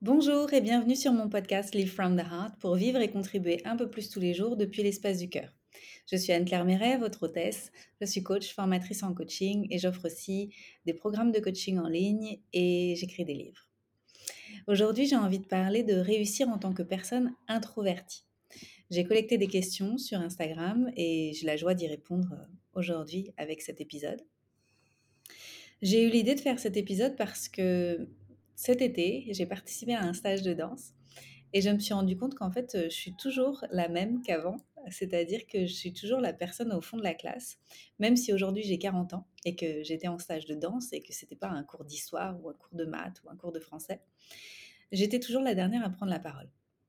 Bonjour et bienvenue sur mon podcast Live from the Heart pour vivre et contribuer un peu plus tous les jours depuis l'espace du cœur. Je suis Anne-Claire Méret, votre hôtesse. Je suis coach, formatrice en coaching et j'offre aussi des programmes de coaching en ligne et j'écris des livres. Aujourd'hui, j'ai envie de parler de réussir en tant que personne introvertie. J'ai collecté des questions sur Instagram et j'ai la joie d'y répondre aujourd'hui avec cet épisode. J'ai eu l'idée de faire cet épisode parce que cet été, j'ai participé à un stage de danse et je me suis rendu compte qu'en fait, je suis toujours la même qu'avant. C'est-à-dire que je suis toujours la personne au fond de la classe, même si aujourd'hui j'ai 40 ans et que j'étais en stage de danse et que c'était pas un cours d'histoire ou un cours de maths ou un cours de français. J'étais toujours la dernière à prendre la parole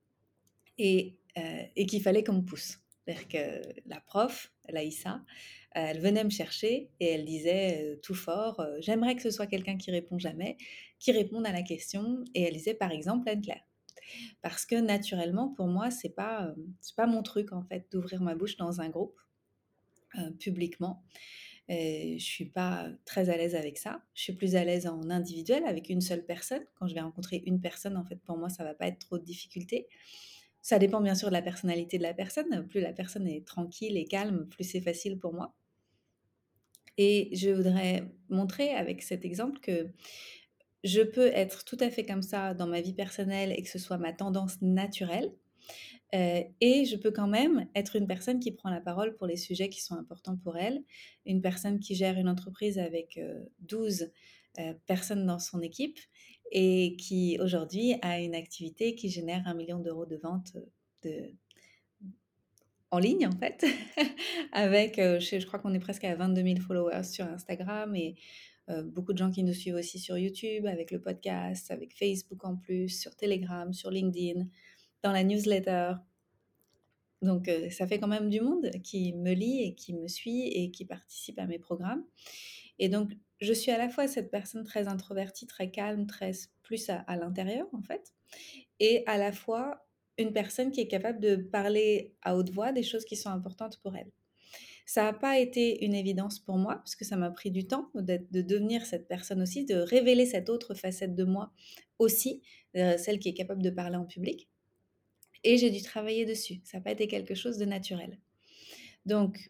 et qu'il fallait qu'on me pousse. C'est-à-dire que la prof, Laïssa, elle venait me chercher et elle disait tout fort, j'aimerais que ce soit quelqu'un qui répond jamais, qui réponde à la question. Et elle disait par exemple Anne-Claire. Parce que naturellement, pour moi, c'est pas mon truc en fait d'ouvrir ma bouche dans un groupe publiquement. Je suis pas très à l'aise avec ça. Je suis plus à l'aise en individuel avec une seule personne. Quand je vais rencontrer une personne, en fait, pour moi, ça va pas être trop de difficulté. Ça dépend bien sûr de la personnalité de la personne. Plus la personne est tranquille et calme, plus c'est facile pour moi. Et je voudrais montrer avec cet exemple que je peux être tout à fait comme ça dans ma vie personnelle et que ce soit ma tendance naturelle. Et je peux quand même être une personne qui prend la parole pour les sujets qui sont importants pour elle, une personne qui gère une entreprise avec 12 personnes dans son équipe et qui aujourd'hui a une activité qui génère 1 million d'euros de ventes de, en ligne en fait, avec, je crois qu'on est presque à 22 000 followers sur Instagram et beaucoup de gens qui nous suivent aussi sur YouTube, avec le podcast, avec Facebook en plus, sur Telegram, sur LinkedIn, dans la newsletter. Donc, ça fait quand même du monde qui me lit et qui me suit et qui participe à mes programmes. Et donc, je suis à la fois cette personne très introvertie, très calme, très plus à l'intérieur en fait, et à la fois une personne qui est capable de parler à haute voix des choses qui sont importantes pour elle. Ça n'a pas été une évidence pour moi, parce que ça m'a pris du temps de devenir cette personne aussi, de révéler cette autre facette de moi aussi, celle qui est capable de parler en public. Et j'ai dû travailler dessus. Ça n'a pas été quelque chose de naturel. Donc,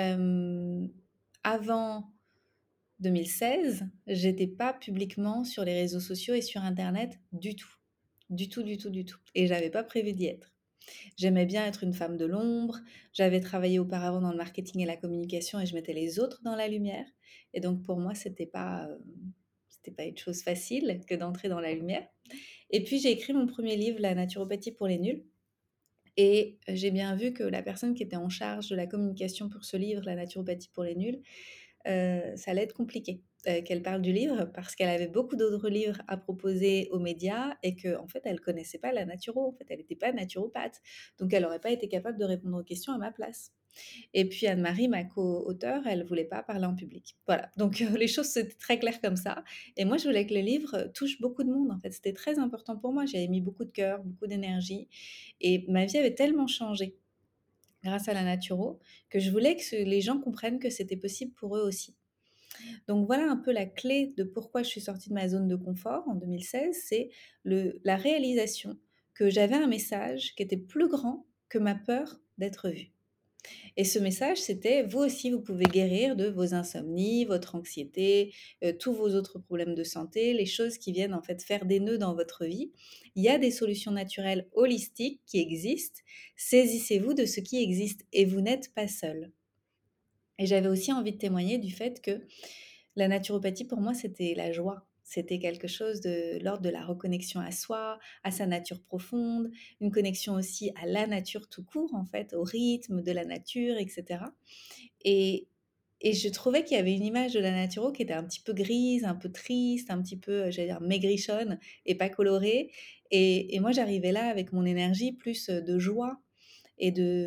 avant 2016, j'étais pas publiquement sur les réseaux sociaux et sur internet du tout. Du tout, du tout, du tout. Et j'avais pas prévu d'y être. J'aimais bien être une femme de l'ombre. J'avais travaillé auparavant dans le marketing et la communication et je mettais les autres dans la lumière. Et donc pour moi, c'était pas une chose facile que d'entrer dans la lumière. Et puis j'ai écrit mon premier livre, La naturopathie pour les nuls. Et j'ai bien vu que la personne qui était en charge de la communication pour ce livre, La naturopathie pour les nuls, ça allait être compliqué, qu'elle parle du livre parce qu'elle avait beaucoup d'autres livres à proposer aux médias et qu'en fait, elle connaissait pas la naturo. En fait, elle n'était pas naturopathe. Donc elle aurait pas été capable de répondre aux questions à ma place. Et puis Anne-Marie, ma co-auteure, elle voulait pas parler en public. Voilà, donc les choses c'était très claires comme ça. Et moi, je voulais que le livre touche beaucoup de monde. En fait, c'était très important pour moi. J'avais mis beaucoup de cœur, beaucoup d'énergie, et ma vie avait tellement changé grâce à la naturo que je voulais que les gens comprennent que c'était possible pour eux aussi. Donc voilà un peu la clé de pourquoi je suis sortie de ma zone de confort en 2016, c'est la réalisation que j'avais un message qui était plus grand que ma peur d'être vue. Et ce message, c'était: vous aussi, vous pouvez guérir de vos insomnies, votre anxiété, tous vos autres problèmes de santé, les choses qui viennent en fait faire des nœuds dans votre vie. Il y a des solutions naturelles holistiques qui existent. Saisissez-vous de ce qui existe et vous n'êtes pas seul. Et j'avais aussi envie de témoigner du fait que la naturopathie, pour moi, c'était la joie. C'était quelque chose de l'ordre de la reconnexion à soi, à sa nature profonde, une connexion aussi à la nature tout court, en fait, au rythme de la nature, etc. Et, et je trouvais qu'il y avait une image de la naturo qui était un petit peu grise, un peu triste, un petit peu, j'allais dire, maigrichonne et pas colorée. Et moi, j'arrivais là avec mon énergie plus de joie et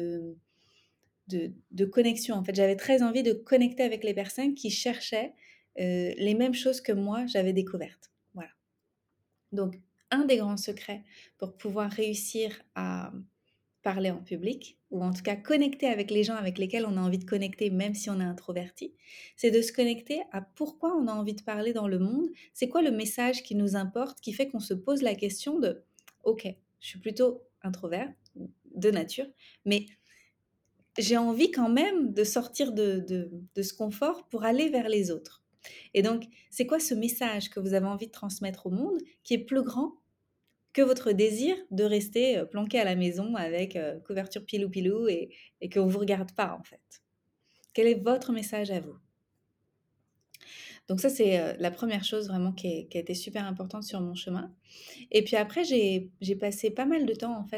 de connexion. En fait, j'avais très envie de connecter avec les personnes qui cherchaient les mêmes choses que moi, j'avais découvertes. Voilà. Donc, un des grands secrets pour pouvoir réussir à parler en public, ou en tout cas connecter avec les gens avec lesquels on a envie de connecter, même si on est introverti, c'est de se connecter à pourquoi on a envie de parler dans le monde, c'est quoi le message qui nous importe, qui fait qu'on se pose la question de, ok, je suis plutôt introvert de nature, mais j'ai envie quand même de sortir de ce confort pour aller vers les autres. Et donc, c'est quoi ce message que vous avez envie de transmettre au monde qui est plus grand que votre désir de rester planqué à la maison avec couverture pilou-pilou et qu'on ne vous regarde pas en fait. Quel est votre message à vous? Donc ça, c'est la première chose vraiment qui a été super importante sur mon chemin. Et puis après, j'ai passé pas mal de temps en fait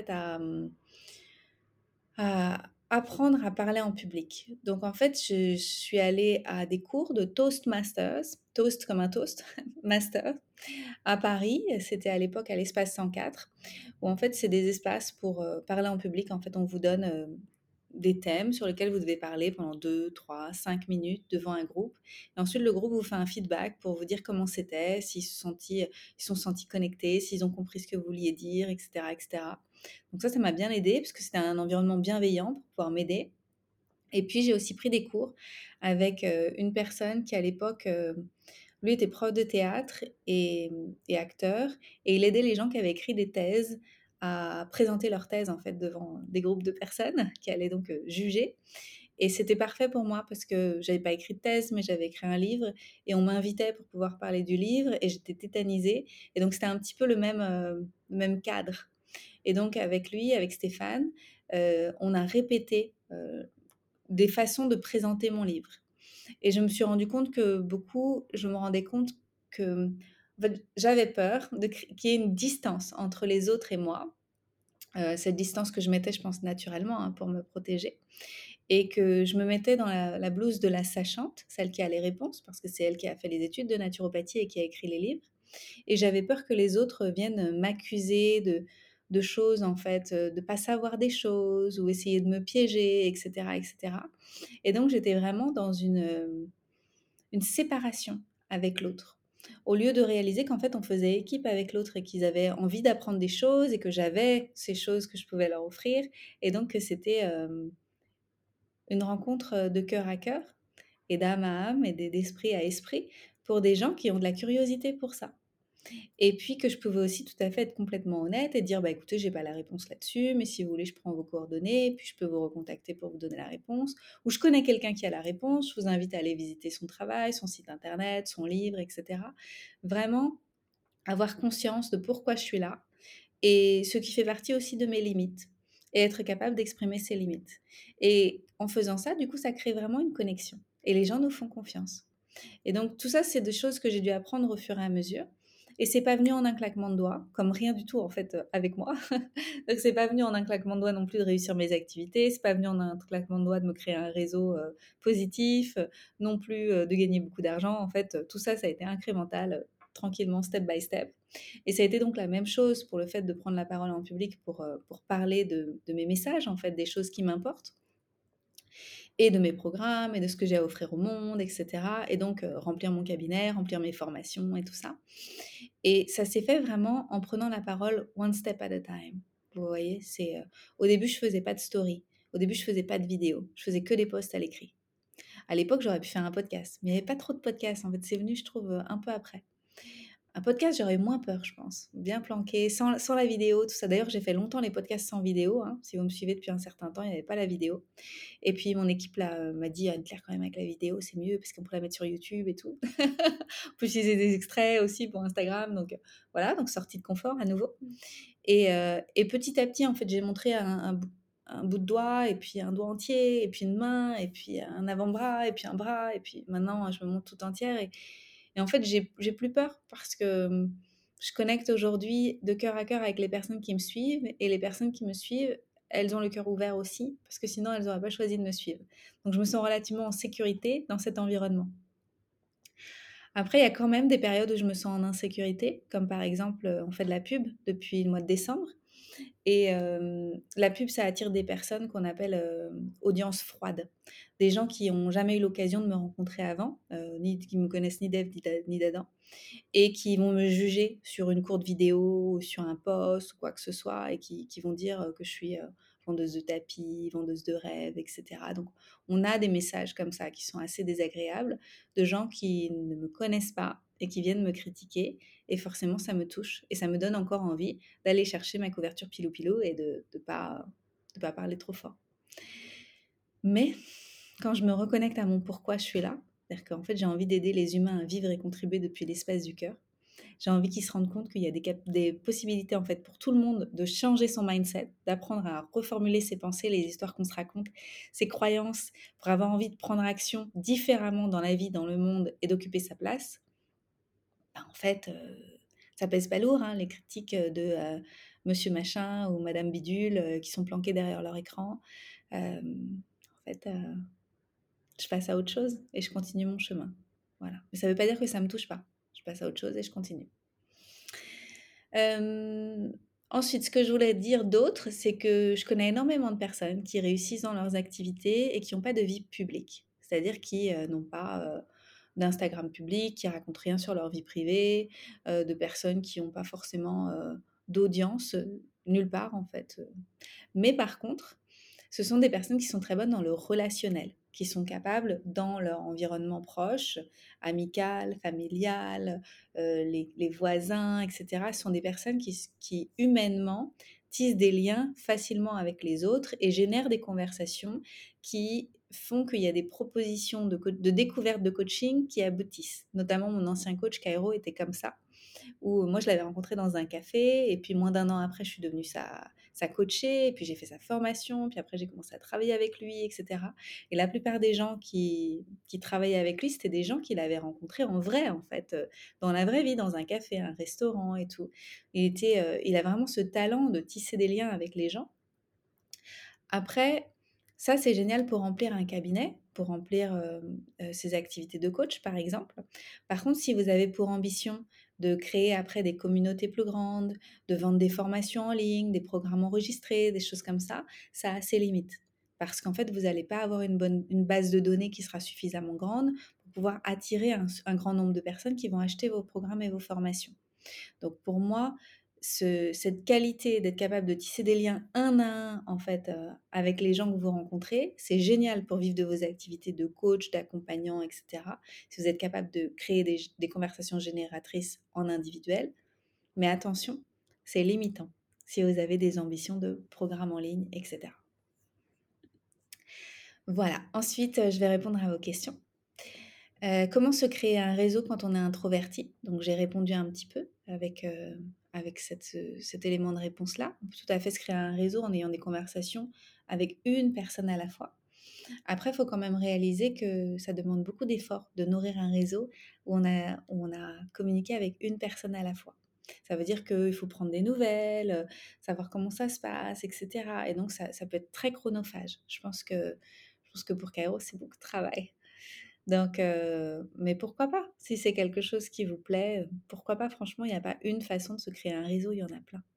à apprendre à parler en public. Donc en fait, je suis allée à des cours de Toastmasters, toast comme un toast, master, à Paris. C'était à l'époque à l'espace 104, où en fait, c'est des espaces pour parler en public. En fait, on vous donne des thèmes sur lesquels vous devez parler pendant 2, 3, 5 minutes devant un groupe. Et ensuite, le groupe vous fait un feedback pour vous dire comment c'était, ils se sont sentis connectés, s'ils ont compris ce que vous vouliez dire, etc., etc. Donc ça m'a bien aidé parce que c'était un environnement bienveillant pour pouvoir m'aider. Et puis, j'ai aussi pris des cours avec une personne qui, à l'époque, lui était prof de théâtre et acteur, et il aidait les gens qui avaient écrit des thèses à présenter leurs thèses en fait devant des groupes de personnes qui allaient donc juger. Et c'était parfait pour moi parce que j'avais pas écrit de thèse, mais j'avais écrit un livre et on m'invitait pour pouvoir parler du livre et j'étais tétanisée. Et donc c'était un petit peu le même cadre. Et donc avec lui, avec Stéphane, on a répété des façons de présenter mon livre. Et je me suis rendu compte que je me rendais compte que en fait, j'avais peur qu'il y ait une distance entre les autres et moi. Cette distance que je mettais, je pense, naturellement hein, pour me protéger. Et que je me mettais dans la blouse de la sachante, celle qui a les réponses, parce que c'est elle qui a fait les études de naturopathie et qui a écrit les livres. Et j'avais peur que les autres viennent m'accuser de choses, en fait, de ne pas savoir des choses ou essayer de me piéger, etc. etc. Et donc, j'étais vraiment dans une séparation avec l'autre. Au lieu de réaliser qu'en fait, on faisait équipe avec l'autre et qu'ils avaient envie d'apprendre des choses et que j'avais ces choses que je pouvais leur offrir. Et donc, que c'était une rencontre de cœur à cœur et d'âme à âme et d'esprit à esprit pour des gens qui ont de la curiosité pour ça. Et puis que je pouvais aussi tout à fait être complètement honnête et dire: «Bah, écoutez, j'ai pas la réponse là-dessus, mais si vous voulez, je prends vos coordonnées, puis je peux vous recontacter pour vous donner la réponse. Ou je connais quelqu'un qui a la réponse, je vous invite à aller visiter son travail, son site internet, son livre» et cetera. Vraiment avoir conscience de pourquoi je suis là et ce qui fait partie aussi de mes limites et être capable d'exprimer ses limites. Et en faisant ça, du coup, ça crée vraiment une connexion et les gens nous font confiance. Et donc tout ça, c'est des choses que j'ai dû apprendre au fur et à mesure. Et c'est pas venu en un claquement de doigts, comme rien du tout en fait avec moi. Donc c'est pas venu en un claquement de doigts non plus de réussir mes activités, c'est pas venu en un claquement de doigts de me créer un réseau positif, non plus de gagner beaucoup d'argent. En fait, tout ça, ça a été incrémental, tranquillement, step by step. Et ça a été donc la même chose pour le fait de prendre la parole en public pour parler de mes messages, en fait, des choses qui m'importent et de mes programmes et de ce que j'ai à offrir au monde, etc. Et donc, remplir mon cabinet, remplir mes formations et tout ça. Et ça s'est fait vraiment en prenant la parole one step at a time. Vous voyez, au début, je faisais pas de story. Au début, je faisais pas de vidéos. Je faisais que des posts à l'écrit. À l'époque, j'aurais pu faire un podcast, mais il n'y avait pas trop de podcasts. En fait, c'est venu, je trouve, un peu après. Un podcast, j'aurais eu moins peur, je pense. Bien planqué, sans la vidéo, tout ça. D'ailleurs, j'ai fait longtemps les podcasts sans vidéo. Hein. Si vous me suivez depuis un certain temps, il n'y avait pas la vidéo. Et puis mon équipe là m'a dit: «Anne-Claire, quand même avec la vidéo, c'est mieux parce qu'on peut la mettre sur YouTube et tout». On peut utiliser des extraits aussi pour Instagram, donc voilà, donc sortie de confort à nouveau. Et petit à petit, en fait, j'ai montré un bout de doigt et puis un doigt entier et puis une main et puis un avant-bras et puis un bras et puis maintenant, je me montre tout entière et en fait, j'ai plus peur parce que, je connecte aujourd'hui de cœur à cœur avec les personnes qui me suivent et les personnes qui me suivent, elles ont le cœur ouvert aussi parce que sinon elles n'auraient pas choisi de me suivre. Donc je me sens relativement en sécurité dans cet environnement. Après, il y a quand même des périodes où je me sens en insécurité, comme par exemple, on fait de la pub depuis le mois de décembre et la pub, ça attire des personnes qu'on appelle, audience froide. Des gens qui ont jamais eu l'occasion de me rencontrer avant, ni qui me connaissent ni d'Ève ni d'Adam et qui vont me juger sur une courte vidéo ou sur un post ou quoi que ce soit et qui vont dire, que je suis, vendeuse de tapis, vendeuse de rêves, et cetera. Donc on a des messages comme ça qui sont assez désagréables, de gens qui ne me connaissent pas et qui viennent me critiquer et forcément ça me touche et ça me donne encore envie d'aller chercher ma couverture pilou pilou et de pas parler trop fort. Mais quand je me reconnecte à mon pourquoi je suis là, c'est-à-dire qu'en fait j'ai envie d'aider les humains à vivre et contribuer depuis l'espace du cœur, j'ai envie qu'ils se rendent compte qu'il y a des possibilités en fait pour tout le monde de changer son mindset, d'apprendre à reformuler ses pensées, les histoires qu'on se raconte, ses croyances, pour avoir envie de prendre action différemment dans la vie, dans le monde et d'occuper sa place. Bah, en fait, ça pèse pas lourd, hein, les critiques de monsieur machin ou madame bidule qui sont planqués derrière leur écran. En fait, je passe à autre chose et je continue mon chemin. Voilà. Mais ça veut pas dire que ça me touche pas. Je passe à autre chose et je continue. Hem, Ensuite, ce que je voulais dire d'autre, c'est que je connais énormément de personnes qui réussissent dans leurs activités et qui ont pas de vie publique. C'est-à-dire qui, n'ont pas, d'Instagram public, qui racontent rien sur leur vie privée, de personnes qui ont pas forcément, d'audience, nulle part en fait, mais par contre, ce sont des personnes qui sont très bonnes dans le relationnel, qui sont capables dans leur environnement proche, amical, familial, les voisins, et cetera. Ce sont des personnes qui humainement tissent des liens facilement avec les autres et génèrent des conversations qui font qu'il y a des propositions de découverte de coaching qui aboutissent. Notamment mon ancien coach Kairo était comme ça où moi je l'avais rencontré dans un café et puis moins d'un an après je suis devenue sa coachée et puis j'ai fait sa formation, puis après j'ai commencé à travailler avec lui, etc. Et la plupart des gens qui travaillaient avec lui, c'était des gens qu'il avait rencontrés en vrai, en fait, dans la vraie vie, dans un café, un restaurant et tout. Il a vraiment ce talent de tisser des liens avec les gens. Après, ça, c'est génial pour remplir un cabinet, pour remplir, ses activités de coach, par exemple. Par contre, si vous avez pour ambition de créer après des communautés plus grandes, de vendre des formations en ligne, des programmes enregistrés, des choses comme ça a ses limites. Parce qu'en fait, vous n'allez pas avoir une base de données qui sera suffisamment grande pour pouvoir attirer un grand nombre de personnes qui vont acheter vos programmes et vos formations. Donc pour moi, cette qualité d'être capable de tisser des liens un à un en fait avec les gens que vous rencontrez, c'est génial pour vivre de vos activités de coach, d'accompagnant, etc. Si vous êtes capable de créer des conversations génératrices en individuel, mais attention, c'est limitant si vous avez des ambitions de programme en ligne, etc. Voilà, ensuite je vais répondre à vos questions. Comment se créer un réseau quand on est introverti? Donc j'ai répondu un petit peu avec cet élément de réponse-là. On peut tout à fait se créer un réseau en ayant des conversations avec une personne à la fois. Après, il faut quand même réaliser que ça demande beaucoup d'efforts de nourrir un réseau où on a communiqué avec une personne à la fois. Ça veut dire qu'il faut prendre des nouvelles, savoir comment ça se passe, et cetera et donc ça peut être très chronophage. Je pense que pour Kairo, c'est beaucoup de travail. Donc, mais pourquoi pas? Si c'est quelque chose qui vous plaît, pourquoi pas? Franchement, il y a pas une façon de se créer un réseau, il y en a plein.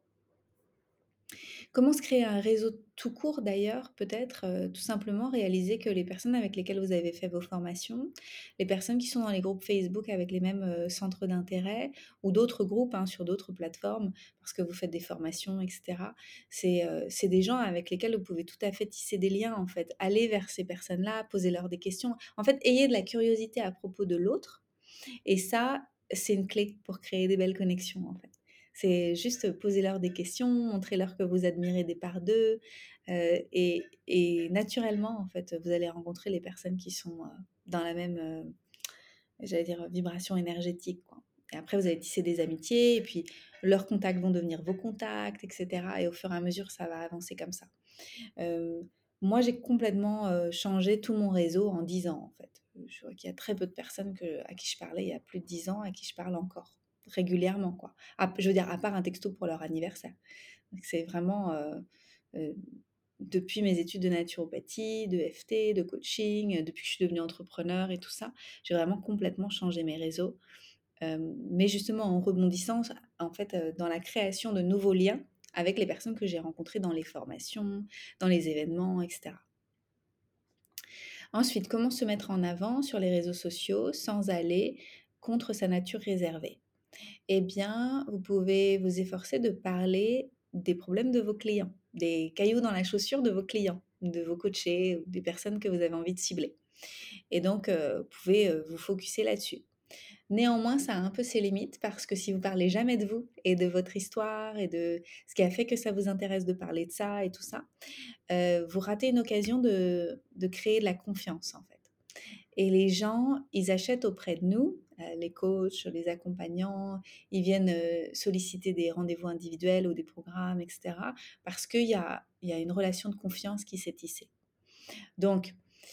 Comment se créer un réseau tout court d'ailleurs? Peut-être, tout simplement réaliser que les personnes avec lesquelles vous avez fait vos formations, les personnes qui sont dans les groupes Facebook avec les mêmes, centres d'intérêt ou d'autres groupes, hein, sur d'autres plateformes parce que vous faites des formations et cetera. C'est des gens avec lesquels vous pouvez tout à fait tisser des liens, en fait. Allez vers ces personnes-là, posez-leur des questions. En fait, ayez de la curiosité à propos de l'autre et ça, c'est une clé pour créer des belles connexions, en fait. C'est juste poser-leur des questions, montrer-leur que vous admirez des parts d'eux, et naturellement, en fait, vous allez rencontrer les personnes qui sont, dans la même, j'allais dire, vibration énergétique, quoi. Et après, vous allez tisser des amitiés et puis leurs contacts vont devenir vos contacts et cetera et au fur et à mesure, ça va avancer comme ça. Moi, j'ai complètement, changé tout mon réseau en 10 ans, en fait. Je vois qu'il y a très peu de personnes à qui je parlais il y a plus de 10 ans, à qui je parle encore régulièrement, quoi. Je veux dire, à part un texto pour leur anniversaire. Donc c'est vraiment, heu, depuis mes études de naturopathie, de FT, de coaching, depuis que je suis devenue entrepreneur et tout ça, j'ai vraiment complètement changé mes réseaux. Mais justement en rebondissant, en fait, dans la création de nouveaux liens avec les personnes que j'ai rencontrées dans les formations, dans les événements, et cetera. Ensuite, comment se mettre en avant sur les réseaux sociaux sans aller contre sa nature réservée? Eh bien, vous pouvez vous efforcer de parler des problèmes de vos clients. des cailloux dans la chaussure de vos clients, de vos coachés ou des personnes que vous avez envie de cibler. Et donc, vous pouvez, vous focuser là-dessus. Néanmoins, ça a un peu ses limites parce que si vous parlez jamais de vous et de votre histoire et de ce qui a fait que ça vous intéresse de parler de ça et tout ça, vous ratez une occasion de créer de la confiance, en fait. Et les gens, ils achètent auprès de nous, les coachs, les accompagnants, ils viennent, solliciter des rendez-vous individuels ou des programmes et cetera, parce qu'il y a une relation de confiance qui s'est tissée. Donc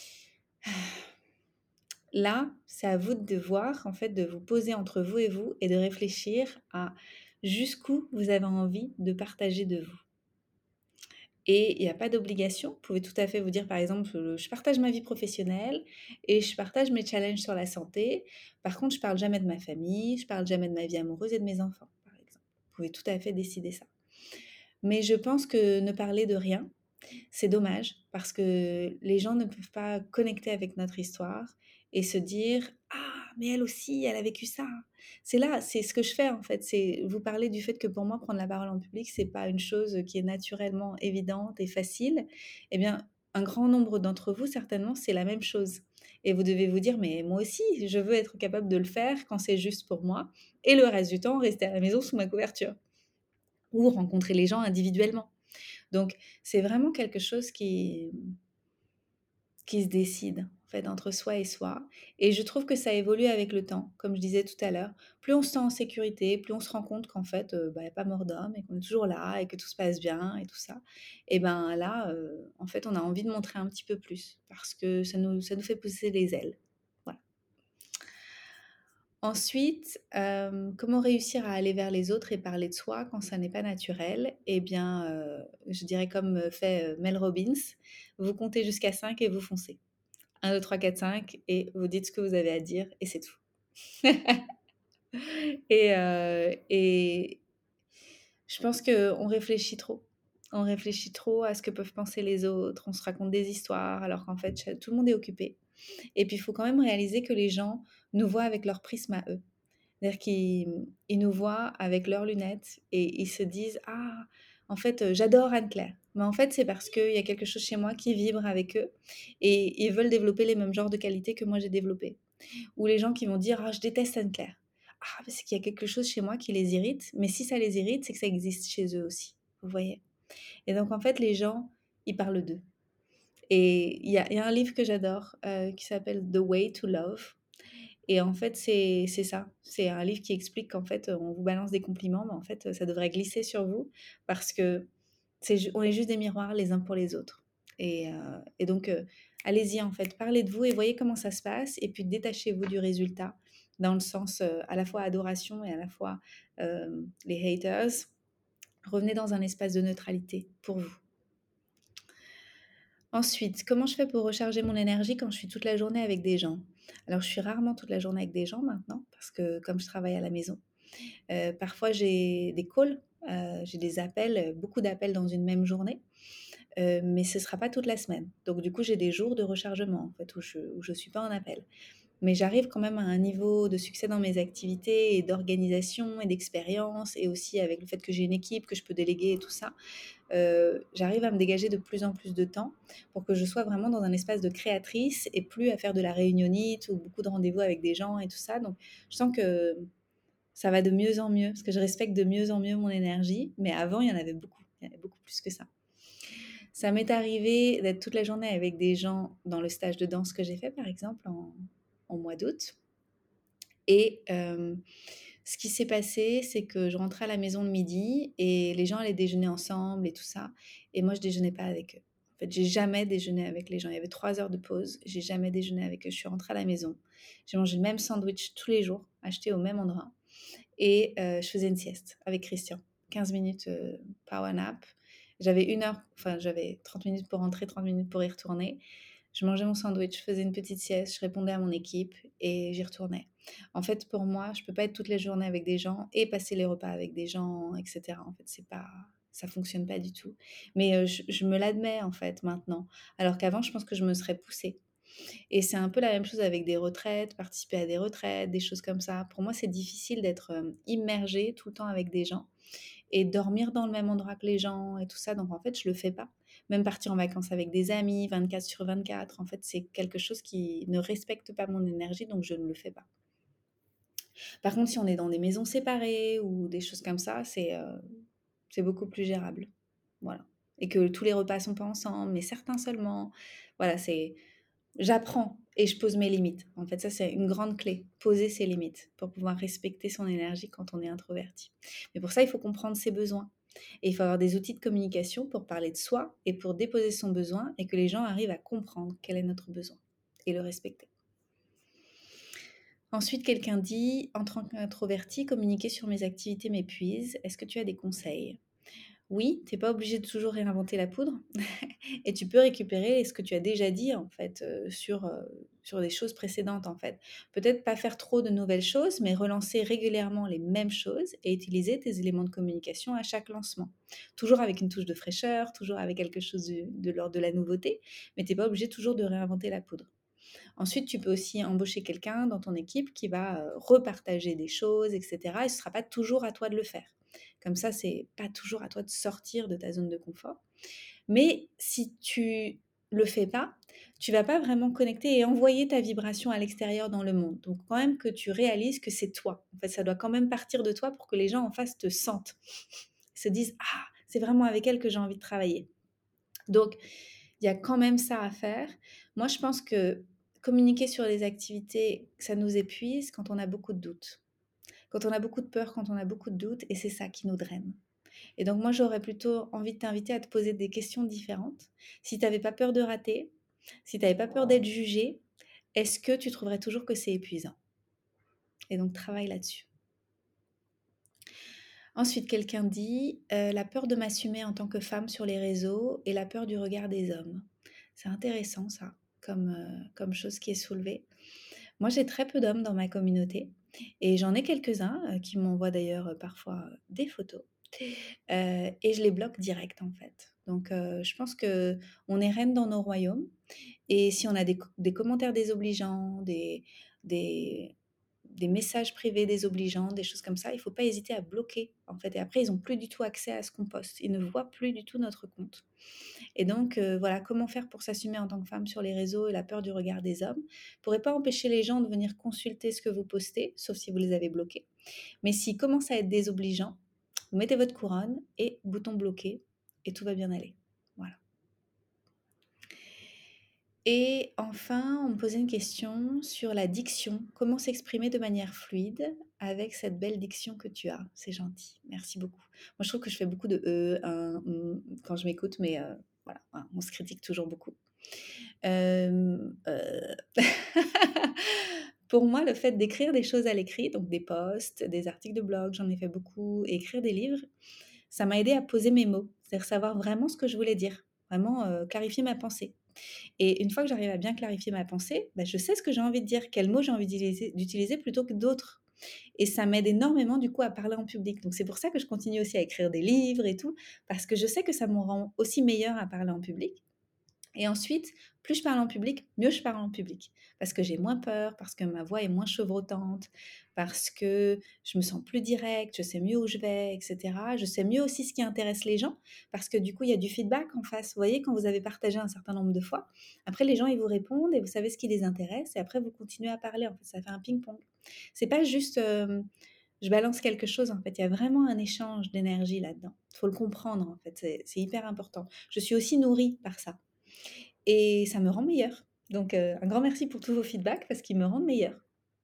là, c'est à vous de voir, en fait, de vous poser entre vous et de réfléchir à jusqu'où vous avez envie de partager de vous. Et il y a pas d'obligation. Vous pouvez tout à fait vous dire, par exemple, je partage ma vie professionnelle et je partage mes challenges sur la santé. Par contre, je parle jamais de ma famille, je parle jamais de ma vie amoureuse et de mes enfants, par exemple. Vous pouvez tout à fait décider ça. Mais je pense que ne parler de rien, c'est dommage parce que les gens ne peuvent pas connecter avec notre histoire et se dire: «Ah, mais elle aussi, elle a vécu ça». C'est là, c'est ce que je fais en fait, c'est vous parler du fait que pour moi, prendre la parole en public, c'est pas une chose qui est naturellement évidente et facile. Eh bien, un grand nombre d'entre vous, certainement, c'est la même chose et vous devez vous dire: «Mais moi aussi, je veux être capable de le faire quand c'est juste pour moi et le reste du temps, rester à la maison sous ma couverture ou rencontrer les gens individuellement». Donc, c'est vraiment quelque chose qui se décide, en fait, entre soi et soi. Et je trouve que ça évolue avec le temps, comme je disais tout à l'heure. Plus on se sent en sécurité, plus on se rend compte qu'en fait, bah, il y a pas mort d'homme et qu'on est toujours là et que tout se passe bien et tout ça. Et ben là, en fait, on a envie de montrer un petit peu plus parce que ça nous fait pousser les ailes. Voilà. Ensuite, comment réussir à aller vers les autres et parler de soi quand ça n'est pas naturel? Eh bien, je dirais comme, fait, Mel Robbins: «Vous comptez jusqu'à 5 et vous foncez. 1, 2, 3, 4, 5 et vous dites ce que vous avez à dire et c'est tout». Et je pense qu'on réfléchit trop. On réfléchit trop à ce que peuvent penser les autres, on se raconte des histoires alors qu'en fait, tout le monde est occupé. Et puis, il faut quand même réaliser que les gens nous voient avec leur prisme à eux. C'est-à-dire qu'ils nous voient avec leurs lunettes et ils se disent: «Ah, en fait, j'adore Anne-Claire». Mais en fait, c'est parce qu'il y a quelque chose chez moi qui vibre avec eux et ils veulent développer les mêmes genres de qualités que moi j'ai développées. Ou les gens qui vont dire: «Ah, je déteste Anne-Claire». Ah, c'est qu'il y a quelque chose chez moi qui les irrite, mais si ça les irrite, c'est que ça existe chez eux aussi. Vous voyez? Et donc en fait, les gens, ils parlent d'eux. Et il y a un livre que j'adore, qui s'appelle «The Way to Love». Et en fait, c'est ça. C'est un livre qui explique qu'en fait, on vous balance des compliments, mais en fait, ça devrait glisser sur vous parce que on est juste des miroirs les uns pour les autres. Et donc, allez-y en fait, parlez de vous et voyez comment ça se passe et puis détachez-vous du résultat dans le sens, à la fois adoration et à la fois, les haters. Revenez dans un espace de neutralité pour vous. Ensuite, comment je fais pour recharger mon énergie quand je suis toute la journée avec des gens? Alors, je suis rarement toute la journée avec des gens maintenant parce que comme je travaille à la maison, parfois j'ai des calls, j'ai des appels, beaucoup d'appels dans une même journée, mais ce ne sera pas toute la semaine. Donc du coup, j'ai des jours de rechargement en fait où je suis pas en appel. Mais j'arrive quand même à un niveau de succès dans mes activités et d'organisation et d'expérience et aussi avec le fait que j'ai une équipe que je peux déléguer et tout ça, j'arrive à me dégager de plus en plus de temps pour que je sois vraiment dans un espace de créatrice et plus à faire de la réunionnite ou beaucoup de rendez-vous avec des gens et tout ça. Donc je sens que ça va de mieux en mieux parce que je respecte de mieux en mieux mon énergie, mais avant il y en avait beaucoup, il y en avait beaucoup plus que ça. Ça m'est arrivé d'être toute la journée avec des gens dans le stage de danse que j'ai fait par exemple en mois d'août et ce qui s'est passé, c'est que je rentrais à la maison le midi et les gens allaient déjeuner ensemble et tout ça et moi je déjeunais pas avec eux. En fait, j'ai jamais déjeuné avec les gens. Il y avait 3 heures de pause, j'ai jamais déjeuné avec eux. Je suis rentrée à la maison, j'ai mangé le même sandwich tous les jours, acheté au même endroit et je faisais une sieste avec Christian. 15 minutes, power nap. J'avais 1 heure, enfin j'avais 30 minutes pour rentrer, 30 minutes pour y retourner. Je mangeais mon sandwich, je faisais une petite sieste, je répondais à mon équipe et j'y retournais. En fait, pour moi, je peux pas être toutes les journées avec des gens et passer les repas avec des gens et cetera. En fait, c'est pas ça fonctionne pas du tout. Mais je me l'admets, en fait, maintenant. Alors qu'avant, je pense que je me serais poussée. Et c'est un peu la même chose avec des retraites, participer à des retraites, des choses comme ça. Pour moi, c'est difficile d'être, immergée tout le temps avec des gens et dormir dans le même endroit que les gens et tout ça, donc en fait, je le fais pas. Même partir en vacances avec des amis 24/24, en fait, c'est quelque chose qui ne respecte pas mon énergie, donc je ne le fais pas. Par contre, si on est dans des maisons séparées ou des choses comme ça, c'est beaucoup plus gérable. Voilà. Et que tous les repas sont pas ensemble, mais certains seulement. Voilà, c'est j'apprends et je pose mes limites. En fait, ça, c'est une grande clé, poser ses limites pour pouvoir respecter son énergie quand on est introverti. Mais pour ça, il faut comprendre ses besoins. Et il faut avoir des outils de communication pour parler de soi et pour déposer son besoin et que les gens arrivent à comprendre quel est notre besoin et le respecter. Ensuite, quelqu'un dit, en tant qu'introverti, communiquer sur mes activités m'épuise. Est-ce que tu as des conseils? Oui, tu n'es pas obligé de toujours réinventer la poudre et tu peux récupérer ce que tu as déjà dit en fait, sur des choses précédentes en fait. Peut-être pas faire trop de nouvelles choses, mais relancer régulièrement les mêmes choses et utiliser tes éléments de communication à chaque lancement. Toujours avec une touche de fraîcheur, toujours avec quelque chose de l'ordre de la nouveauté, mais tu n'es pas obligé toujours de réinventer la poudre. Ensuite, tu peux aussi embaucher quelqu'un dans ton équipe qui va repartager des choses, etc. Et ce ne sera pas toujours à toi de le faire. Comme ça, c'est pas toujours à toi de sortir de ta zone de confort. Mais si tu le fais pas, tu vas pas vraiment connecter et envoyer ta vibration à l'extérieur dans le monde. Donc quand même que tu réalises que c'est toi. En fait, ça doit quand même partir de toi pour que les gens en face te sentent, se disent ah c'est vraiment avec elle que j'ai envie de travailler. Donc il y a quand même ça à faire. Moi, je pense que communiquer sur les activités, ça nous épuise quand on a beaucoup de doutes. Quand on a beaucoup de peur, quand on a beaucoup de doutes, et c'est ça qui nous draine. Et donc moi, j'aurais plutôt envie de t'inviter à te poser des questions différentes. Si tu n'avais pas peur de rater, si tu n'avais pas peur d'être jugé, est-ce que tu trouverais toujours que c'est épuisant? Et donc travaille là-dessus. Ensuite, quelqu'un dit la peur de m'assumer en tant que femme sur les réseaux et la peur du regard des hommes. C'est intéressant ça, comme chose qui est soulevée. Moi, j'ai très peu d'hommes dans ma communauté et j'en ai quelques-uns qui m'envoient d'ailleurs parfois des photos et je les bloque direct en fait. Donc, je pense que on est reine dans nos royaumes et si on a des commentaires désobligeants, des, des messages privés désobligeants, des choses comme ça, il ne faut pas hésiter à bloquer en fait. Et après, ils n'ont plus du tout accès à ce qu'on poste. Ils ne voient plus du tout notre compte. Et donc, voilà, comment faire pour s'assumer en tant que femme sur les réseaux et la peur du regard des hommes pourrait pas empêcher les gens de venir consulter ce que vous postez, sauf si vous les avez bloqués. Mais s'ils commencent à être désobligeants, vous mettez votre couronne et bouton bloqué et tout va bien aller. Voilà. Et enfin, on me posait une question sur la diction. Comment s'exprimer de manière fluide avec cette belle diction que tu as? C'est gentil, merci beaucoup. Moi, je trouve que je fais beaucoup de quand je m'écoute, mais voilà, hein, on se critique toujours beaucoup. Hem, Pour moi, le fait d'écrire des choses à l'écrit, donc des posts, des articles de blog, j'en ai fait beaucoup, et écrire des livres, ça m'a aidé à poser mes mots, c'est-à-dire savoir vraiment ce que je voulais dire, vraiment, clarifier ma pensée. Et une fois que j'arrive à bien clarifier ma pensée, bah, je sais ce que j'ai envie de dire, quels mots j'ai envie d'utiliser plutôt que d'autres. Et ça m'aide énormément du coup à parler en public. Donc c'est pour ça que je continue aussi à écrire des livres et tout, parce que je sais que ça me rend aussi meilleure à parler en public. Et ensuite, plus je parle en public, mieux je parle en public. Parce que j'ai moins peur, parce que ma voix est moins chevrotante, parce que je me sens plus directe, je sais mieux où je vais, etc. Je sais mieux aussi ce qui intéresse les gens, parce que du coup, il y a du feedback en face. Vous voyez, quand vous avez partagé un certain nombre de fois, après les gens, ils vous répondent et vous savez ce qui les intéresse, et après vous continuez à parler. En fait, ça fait un ping-pong. C'est pas juste je balance quelque chose, en fait. Il y a vraiment un échange d'énergie là-dedans. Il faut le comprendre, en fait. C'est hyper important. Je suis aussi nourrie par ça. Et ça me rend meilleure. Donc, un grand merci pour tous vos feedbacks parce qu'ils me rendent meilleure.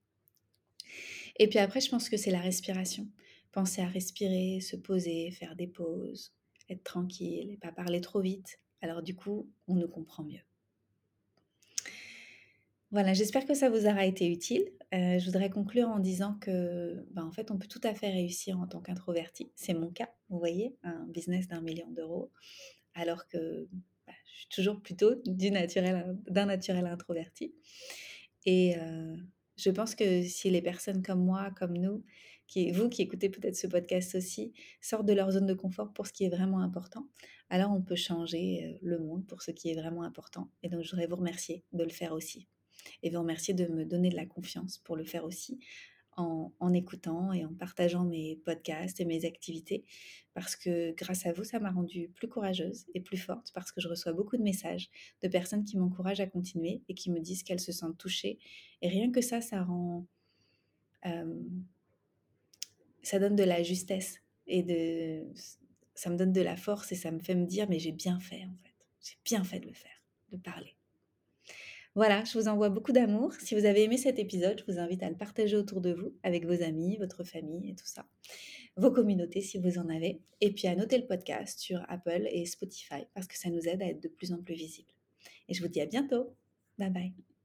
Et puis après, je pense que c'est la respiration. Penser à respirer, se poser, faire des pauses, être tranquille et pas parler trop vite. Alors du coup, on nous comprend mieux. Voilà, j'espère que ça vous aura été utile. Je voudrais conclure en disant que, en fait, on peut tout à fait réussir en tant qu'introverti. C'est mon cas, vous voyez, un business d'1 million d'euros, alors que, je suis toujours plutôt d'un naturel introverti. Et je pense que si les personnes comme moi, comme nous, vous qui écoutez peut-être ce podcast aussi, sortent de leur zone de confort pour ce qui est vraiment important, alors on peut changer le monde pour ce qui est vraiment important. Et donc, je voudrais vous remercier de le faire aussi. Et vous remercier de me donner de la confiance pour le faire aussi en écoutant et en partageant mes podcasts et mes activités. Parce que grâce à vous, ça m'a rendue plus courageuse et plus forte parce que je reçois beaucoup de messages de personnes qui m'encouragent à continuer et qui me disent qu'elles se sentent touchées. Et rien que ça rend... euh, ça donne de la justesse et ça me donne de la force et ça me fait me dire mais j'ai bien fait en fait. J'ai bien fait de le faire, de parler. Voilà, je vous envoie beaucoup d'amour. Si vous avez aimé cet épisode, je vous invite à le partager autour de vous, avec vos amis, votre famille et tout ça. Vos communautés si vous en avez. Et puis à noter le podcast sur Apple et Spotify parce que ça nous aide à être de plus en plus visibles. Et je vous dis à bientôt. Bye bye.